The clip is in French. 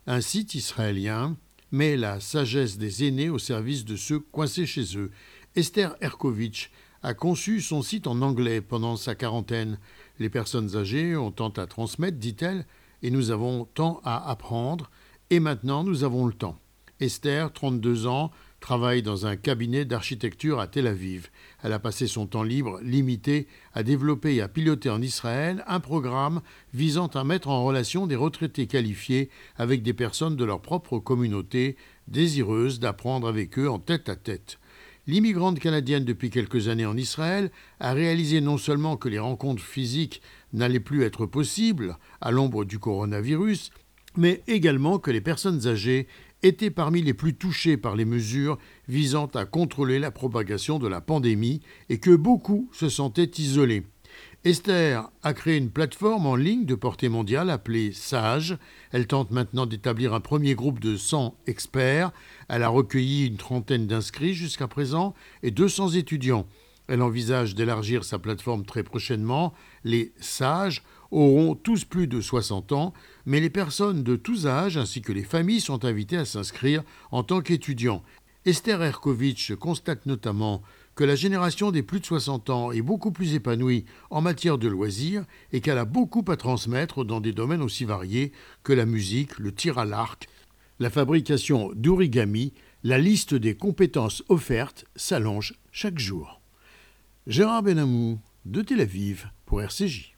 un site israélien, met la sagesse des aînés au service de ceux coincés chez eux. Esther Erkovitch a conçu son site en anglais pendant sa quarantaine. Les personnes âgées ont tant à transmettre, dit-elle, et nous avons tant à apprendre, et maintenant nous avons le temps. Esther, 32 ans, travaille dans un cabinet d'architecture à Tel Aviv. Elle a passé son temps libre limité à développer et à piloter en Israël un programme visant à mettre en relation des retraités qualifiés avec des personnes de leur propre communauté, désireuses d'apprendre avec eux en tête-à-tête. L'immigrante canadienne depuis quelques années en Israël a réalisé non seulement que les rencontres physiques n'allaient plus être possibles à l'ombre du coronavirus, mais également que les personnes âgées étaient parmi les plus touchées par les mesures visant à contrôler la propagation de la pandémie et que beaucoup se sentaient isolés. Esther a créé une plateforme en ligne de portée mondiale appelée Sage. Elle tente maintenant d'établir un premier groupe de 100 experts. Elle a recueilli une trentaine d'inscrits jusqu'à présent et 200 étudiants. Elle envisage d'élargir sa plateforme très prochainement. Les sages auront tous plus de 60 ans, mais les personnes de tous âges ainsi que les familles sont invitées à s'inscrire en tant qu'étudiants. Esther Erkovitch constate notamment que la génération des plus de 60 ans est beaucoup plus épanouie en matière de loisirs et qu'elle a beaucoup à transmettre dans des domaines aussi variés que la musique, le tir à l'arc, la fabrication d'origami. La liste des compétences offertes s'allonge chaque jour. Gérard Benamou, de Tel Aviv, pour RCJ.